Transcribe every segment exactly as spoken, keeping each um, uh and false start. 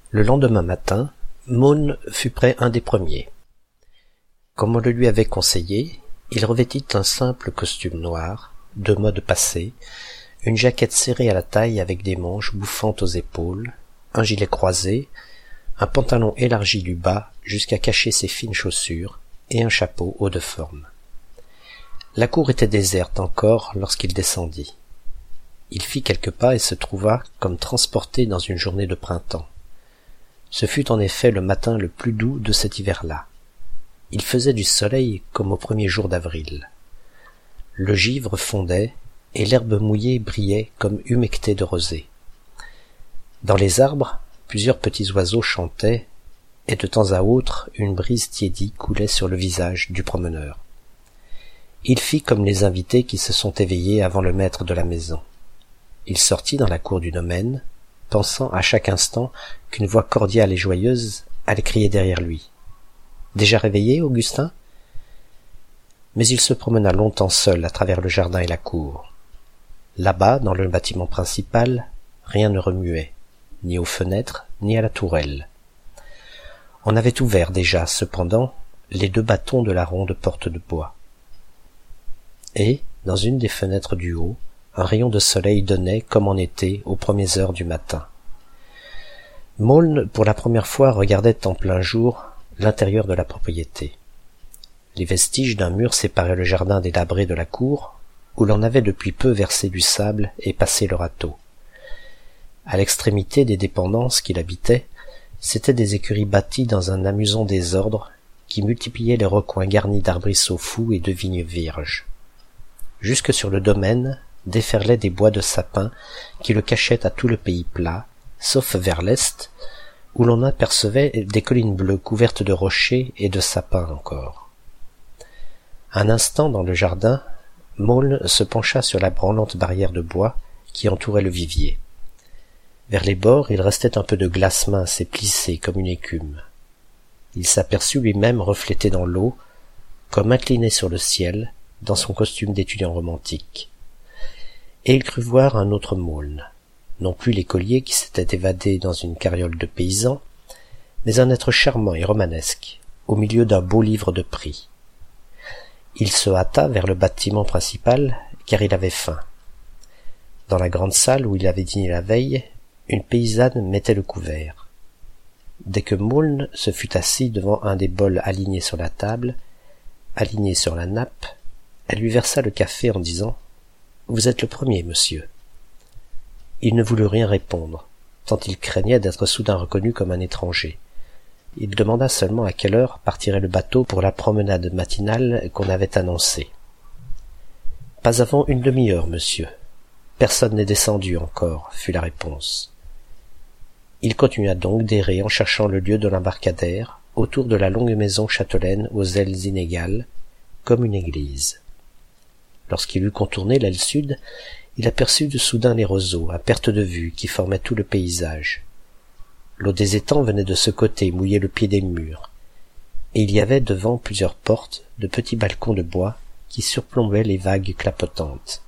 Le lendemain matin, Môn fut prêt un des premiers. Comme on le lui avait conseillé, il revêtit un simple costume noir, de mode passé, une jaquette serrée à la taille avec des manches bouffantes aux épaules, un gilet croisé, un pantalon élargi du bas jusqu'à cacher ses fines chaussures, et un chapeau haut de forme. La cour était déserte encore lorsqu'il descendit. Il fit quelques pas et se trouva comme transporté dans une journée de printemps. Ce fut en effet le matin le plus doux de cet hiver-là. Il faisait du soleil comme aux premiers jours d'avril. Le givre fondait, et l'herbe mouillée brillait comme humectée de rosée. Dans les arbres, plusieurs petits oiseaux chantaient, et de temps à autre une brise tiédie coulait sur le visage du promeneur. Il fit comme les invités qui se sont éveillés avant le maître de la maison. Il sortit dans la cour du domaine, pensant à chaque instant qu'une voix cordiale et joyeuse allait crier derrière lui. « Déjà réveillé, Augustin ?» Mais il se promena longtemps seul à travers le jardin et la cour. Là-bas, dans le bâtiment principal, rien ne remuait, ni aux fenêtres, ni à la tourelle. On avait ouvert déjà, cependant, les deux bâtons de la ronde porte de bois. Et, dans une des fenêtres du haut, un rayon de soleil donnait, comme en été, aux premières heures du matin. Môn, pour la première fois, regardait en plein jour l'intérieur de la propriété. Les vestiges d'un mur séparaient le jardin délabré de la cour, où l'on avait depuis peu versé du sable et passé le râteau. À l'extrémité des dépendances qu'il habitait, c'étaient des écuries bâties dans un amusant désordre qui multipliait les recoins garnis d'arbrisseaux fous et de vignes vierges. Jusque sur le domaine déferlaient des bois de sapins qui le cachaient à tout le pays plat, sauf vers l'est, où l'on apercevait des collines bleues couvertes de rochers et de sapins encore. Un instant dans le jardin, Môn se pencha sur la branlante barrière de bois qui entourait le vivier. Vers les bords, il restait un peu de glace mince et plissée comme une écume. Il s'aperçut lui-même reflété dans l'eau, comme incliné sur le ciel, dans son costume d'étudiant romantique. Et il crut voir un autre Môn, non plus l'écolier qui s'était évadé dans une carriole de paysan, mais un être charmant et romanesque, au milieu d'un beau livre de prix. Il se hâta vers le bâtiment principal, car il avait faim. Dans la grande salle où il avait dîné la veille, une paysanne mettait le couvert. Dès que Môn se fut assis devant un des bols alignés sur la table, aligné sur la nappe, elle lui versa le café en disant « Vous êtes le premier, monsieur. » Il ne voulut rien répondre, tant il craignait d'être soudain reconnu comme un étranger. Il demanda seulement à quelle heure partirait le bateau pour la promenade matinale qu'on avait annoncée. « Pas avant une demi-heure, monsieur. Personne n'est descendu encore, » fut la réponse. Il continua donc d'errer en cherchant le lieu de l'embarcadère, autour de la longue maison châtelaine aux ailes inégales, comme une église. Lorsqu'il eut contourné l'aile sud, il aperçut de soudain les roseaux, à perte de vue, qui formaient tout le paysage. L'eau des étangs venait de ce côté mouiller le pied des murs, et il y avait devant plusieurs portes de petits balcons de bois qui surplombaient les vagues clapotantes.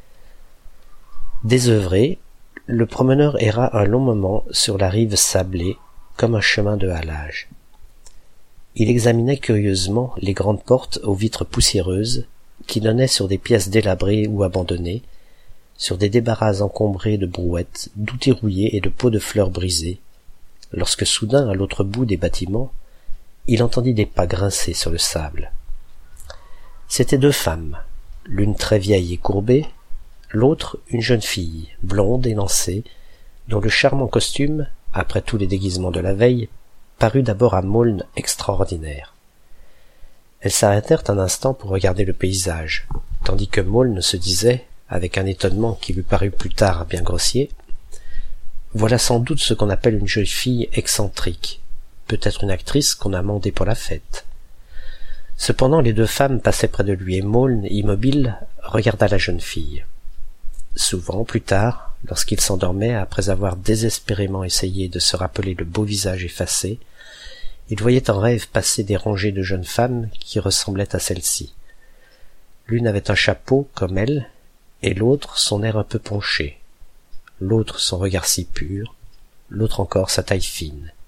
Désœuvré, le promeneur erra un long moment sur la rive sablée, comme un chemin de halage. Il examinait curieusement les grandes portes aux vitres poussiéreuses qui donnaient sur des pièces délabrées ou abandonnées, sur des débarras encombrés de brouettes, d'outils rouillés et de pots de fleurs brisés, lorsque soudain, à l'autre bout des bâtiments, il entendit des pas grincer sur le sable. C'étaient deux femmes, l'une très vieille et courbée, l'autre une jeune fille, blonde et lancée, dont le charmant costume, après tous les déguisements de la veille, parut d'abord à Môn extraordinaire. Elles s'arrêtèrent un instant pour regarder le paysage, tandis que Môn se disait, avec un étonnement qui lui parut plus tard bien grossier, « Voilà sans doute ce qu'on appelle une jeune fille excentrique, peut-être une actrice qu'on a mandée pour la fête. » Cependant les deux femmes passaient près de lui et Môn, immobile, regarda la jeune fille. Souvent, plus tard, lorsqu'il s'endormait après avoir désespérément essayé de se rappeler le beau visage effacé, il voyait en rêve passer des rangées de jeunes femmes qui ressemblaient à celle-ci. L'une avait un chapeau comme elle, et l'autre son air un peu penché, l'autre son regard si pur, l'autre encore sa taille fine.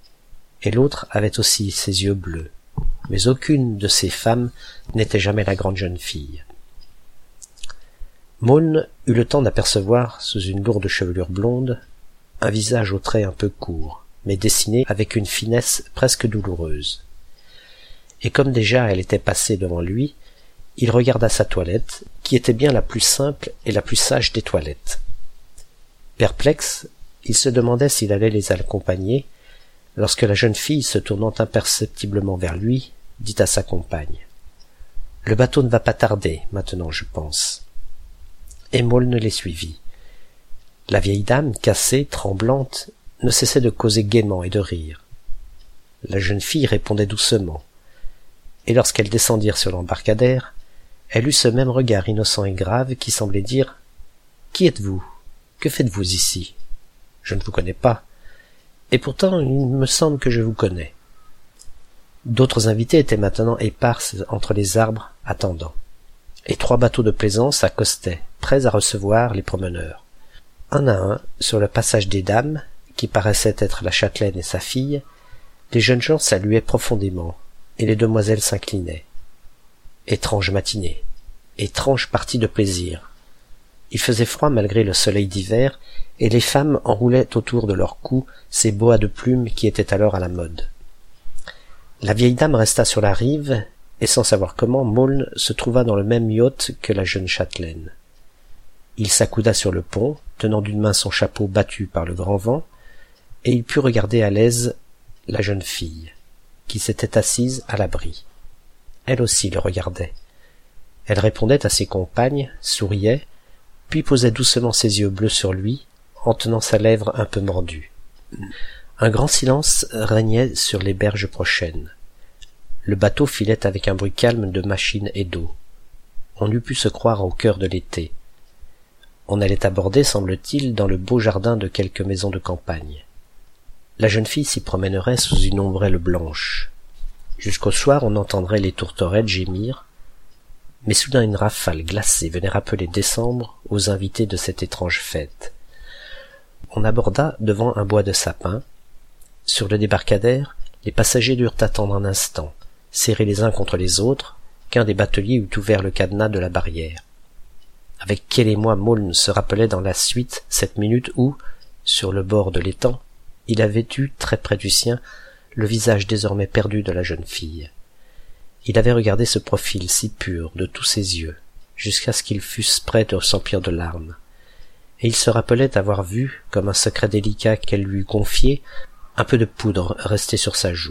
et l'autre avait aussi ses yeux bleus. Mais aucune de ces femmes n'était jamais la grande jeune fille. Maulne eut le temps d'apercevoir, sous une lourde chevelure blonde, un visage aux traits un peu courts, mais dessiné avec une finesse presque douloureuse. Et comme déjà elle était passée devant lui, il regarda sa toilette, qui était bien la plus simple et la plus sage des toilettes. Perplexe, il se demandait s'il allait les accompagner, lorsque la jeune fille, se tournant imperceptiblement vers lui, dit à sa compagne « Le bateau ne va pas tarder, maintenant, je pense. » Et Maulne les suivit. La vieille dame, cassée, tremblante, ne cessait de causer gaiement et de rire. La jeune fille répondait doucement, et lorsqu'elles descendirent sur l'embarcadère, elle eut ce même regard innocent et grave qui semblait dire « Qui êtes-vous? Que faites-vous ici? Je ne vous connais pas, et pourtant il me semble que je vous connais. » D'autres invités étaient maintenant éparses entre les arbres, attendant, et trois bateaux de plaisance accostaient, prêts à recevoir les promeneurs. Un à un, sur le passage des dames, qui paraissaient être la châtelaine et sa fille, les jeunes gens saluaient profondément, et les demoiselles s'inclinaient. Étrange matinée, étrange partie de plaisir. Il faisait froid malgré le soleil d'hiver, et les femmes enroulaient autour de leur cou ces boas de plumes qui étaient alors à la mode. La vieille dame resta sur la rive, et sans savoir comment, Maulne se trouva dans le même yacht que la jeune châtelaine. Il s'accouda sur le pont, tenant d'une main son chapeau battu par le grand vent, et il put regarder à l'aise la jeune fille, qui s'était assise à l'abri. Elle aussi le regardait. Elle répondait à ses compagnes, souriait, puis posait doucement ses yeux bleus sur lui, en tenant sa lèvre un peu mordue. Un grand silence régnait sur les berges prochaines. Le bateau filait avec un bruit calme de machines et d'eau. On eût pu se croire au cœur de l'été. On allait aborder, semble-t-il, dans le beau jardin de quelques maisons de campagne. La jeune fille s'y promènerait sous une ombrelle blanche. Jusqu'au soir, on entendrait les tourterelles gémir, mais soudain une rafale glacée venait rappeler décembre aux invités de cette étrange fête. On aborda devant un bois de sapins. Sur le débarcadère, les passagers durent attendre un instant, serrés les uns contre les autres, qu'un des bateliers eût ouvert le cadenas de la barrière. Avec quel émoi Maulne se rappelait dans la suite cette minute où, sur le bord de l'étang, il avait eu, très près du sien, le visage désormais perdu de la jeune fille. Il avait regardé ce profil si pur de tous ses yeux, jusqu'à ce qu'ils fussent près de s'emplir de larmes, et il se rappelait avoir vu, comme un secret délicat qu'elle lui eût confié, un peu de poudre rester sur sa joue.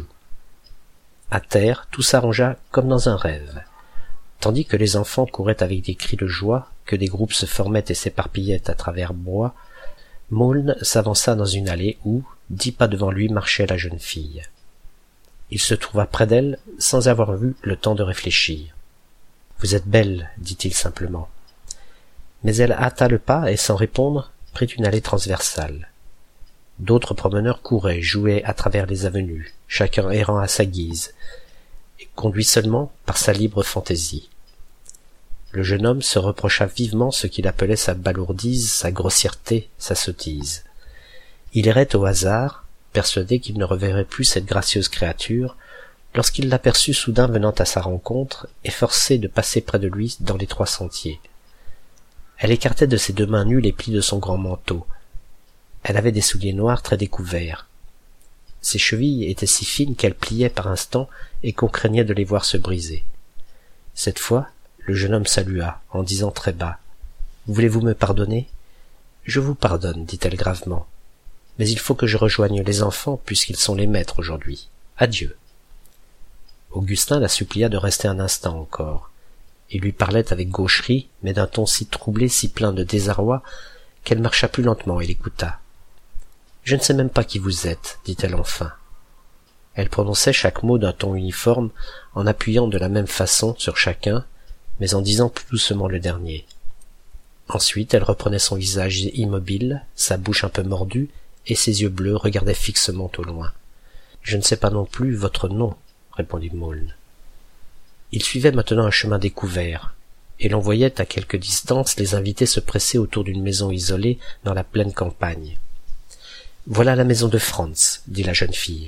À terre, tout s'arrangea comme dans un rêve. Tandis que les enfants couraient avec des cris de joie, que des groupes se formaient et s'éparpillaient à travers bois, Maulne s'avança dans une allée où, dix pas devant lui, marchait la jeune fille. Il se trouva près d'elle, sans avoir eu le temps de réfléchir. « Vous êtes belle, dit-il simplement. » Mais elle hâta le pas et, sans répondre, prit une allée transversale. D'autres promeneurs couraient, jouaient à travers les avenues, chacun errant à sa guise, et conduit seulement par sa libre fantaisie. Le jeune homme se reprocha vivement ce qu'il appelait sa balourdise, sa grossièreté, sa sottise. Il errait au hasard, persuadé qu'il ne reverrait plus cette gracieuse créature, lorsqu'il l'aperçut soudain venant à sa rencontre et forcé de passer près de lui dans les trois sentiers. Elle écartait de ses deux mains nues les plis de son grand manteau. Elle avait des souliers noirs très découverts. Ses chevilles étaient si fines qu'elles pliaient par instants et qu'on craignait de les voir se briser. Cette fois, le jeune homme salua, en disant très bas « Voulez-vous me pardonner ?»« Je vous pardonne, dit-elle gravement. Mais il faut que je rejoigne les enfants puisqu'ils sont les maîtres aujourd'hui. Adieu. » Augustin la supplia de rester un instant encore. Il lui parlait avec gaucherie, mais d'un ton si troublé, si plein de désarroi, qu'elle marcha plus lentement et l'écouta. « Je ne sais même pas qui vous êtes, dit-elle enfin. » Elle prononçait chaque mot d'un ton uniforme, en appuyant de la même façon sur chacun, mais en disant plus doucement le dernier. Ensuite, elle reprenait son visage immobile, sa bouche un peu mordue, et ses yeux bleus regardaient fixement au loin. « Je ne sais pas non plus votre nom, » répondit Maulne. Il suivait maintenant un chemin découvert, et l'on voyait à quelque distance les invités se presser autour d'une maison isolée dans la pleine campagne. « Voilà la maison de Franz, » dit la jeune fille. «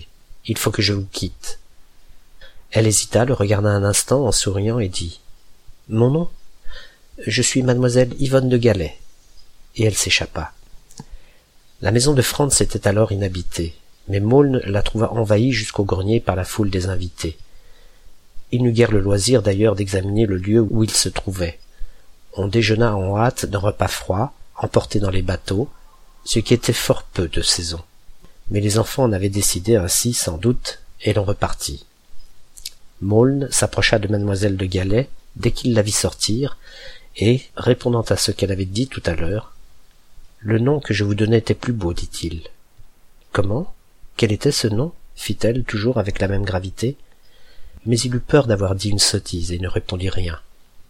il faut que je vous quitte. Elle hésita, le regarda un instant en souriant et dit « Mon nom ? Je suis mademoiselle Yvonne de Galais. » Et elle s'échappa. La maison de Franz était alors inhabitée, mais Maulne la trouva envahie jusqu'au grenier par la foule des invités. Il n'eut guère le loisir d'ailleurs d'examiner le lieu où il se trouvait. On déjeuna en hâte d'un repas froid, emporté dans les bateaux, ce qui était fort peu de saison. Mais les enfants en avaient décidé ainsi, sans doute, et l'on repartit. Maulne s'approcha de mademoiselle de Galais dès qu'il la vit sortir, et, répondant à ce qu'elle avait dit tout à l'heure, « Le nom que je vous donnais était plus beau, dit-il. »« Comment ? Quel était ce nom ?» fit-elle, toujours avec la même gravité. Mais il eut peur d'avoir dit une sottise et ne répondit rien.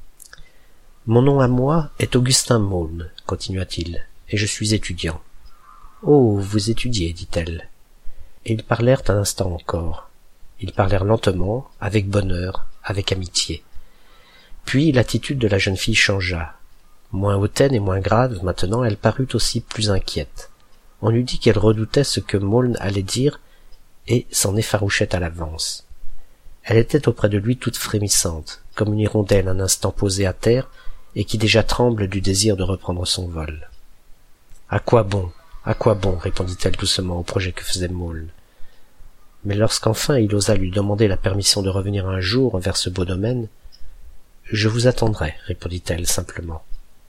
« Mon nom à moi est Augustin Maulne, continua-t-il, et je suis étudiant. »« Oh, vous étudiez, dit-elle. » Et ils parlèrent un instant encore. Ils parlèrent lentement, avec bonheur, avec amitié. Puis l'attitude de la jeune fille changea. Moins hautaine et moins grave, maintenant, elle parut aussi plus inquiète. On eût dit qu'elle redoutait ce que Maulne allait dire et s'en effarouchait à l'avance. Elle était auprès de lui toute frémissante, comme une hirondelle un instant posée à terre et qui déjà tremble du désir de reprendre son vol. « À quoi bon ? À quoi bon ?» répondit-elle doucement au projet que faisait Maulne. Mais lorsqu'enfin il osa lui demander la permission de revenir un jour vers ce beau domaine, « Je vous attendrai, répondit-elle simplement.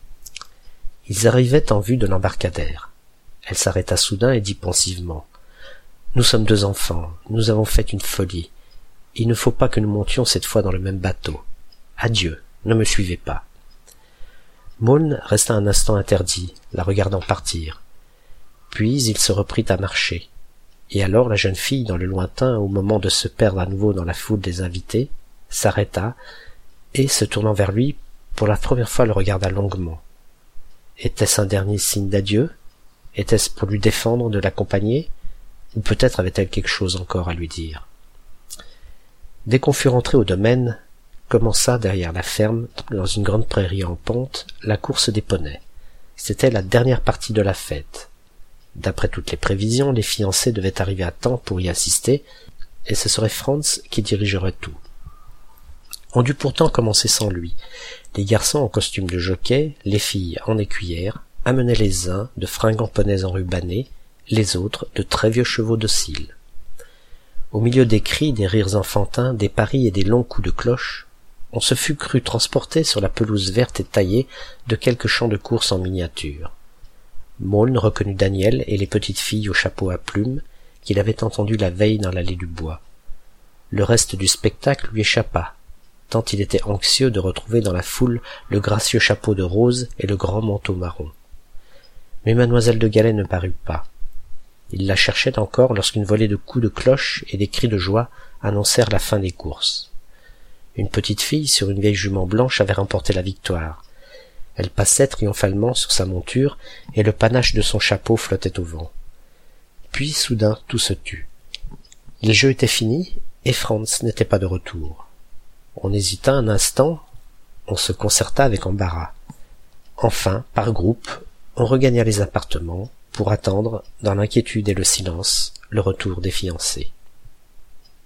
Ils arrivaient en vue de l'embarcadère. Elle s'arrêta soudain et dit pensivement « Nous sommes deux enfants, nous avons fait une folie. Il ne faut pas que nous montions cette fois dans le même bateau. Adieu, ne me suivez pas. » Maulne resta un instant interdit, la regardant partir. Puis il se reprit à marcher. Et alors la jeune fille, dans le lointain, au moment de se perdre à nouveau dans la foule des invités, s'arrêta, et, se tournant vers lui, pour la première fois le regarda longuement. Était-ce un dernier signe d'adieu? Était-ce pour lui défendre de l'accompagner? Ou peut-être avait-elle quelque chose encore à lui dire? Dès qu'on fut rentré au domaine, commença derrière la ferme, dans une grande prairie en pente, la course des poneys. C'était la dernière partie de la fête. D'après toutes les prévisions, les fiancés devaient arriver à temps pour y assister, et ce serait Franz qui dirigerait tout. On dut pourtant commencer sans lui. Les garçons en costume de jockey, les filles en écuyères, amenaient les uns de fringants poneys enrubannés, les autres de très vieux chevaux dociles. Au milieu des cris, des rires enfantins, des paris et des longs coups de cloche, on se fût cru transporté sur la pelouse verte et taillée de quelques champs de course en miniature. Maulne reconnut Daniel et les petites filles au chapeau à plumes qu'il avait entendues la veille dans l'allée du bois. Le reste du spectacle lui échappa, tant il était anxieux de retrouver dans la foule le gracieux chapeau de rose et le grand manteau marron. Mais mademoiselle de Galais ne parut pas. Il la cherchait encore lorsqu'une volée de coups de cloche et des cris de joie annoncèrent la fin des courses. Une petite fille sur une vieille jument blanche avait remporté la victoire. Elle passait triomphalement sur sa monture et le panache de son chapeau flottait au vent. Puis soudain tout se tut. Les jeux étaient finis et Franz n'était pas de retour. On hésita un instant, on se concerta avec embarras. Enfin, par groupe, on regagna les appartements pour attendre, dans l'inquiétude et le silence, le retour des fiancés.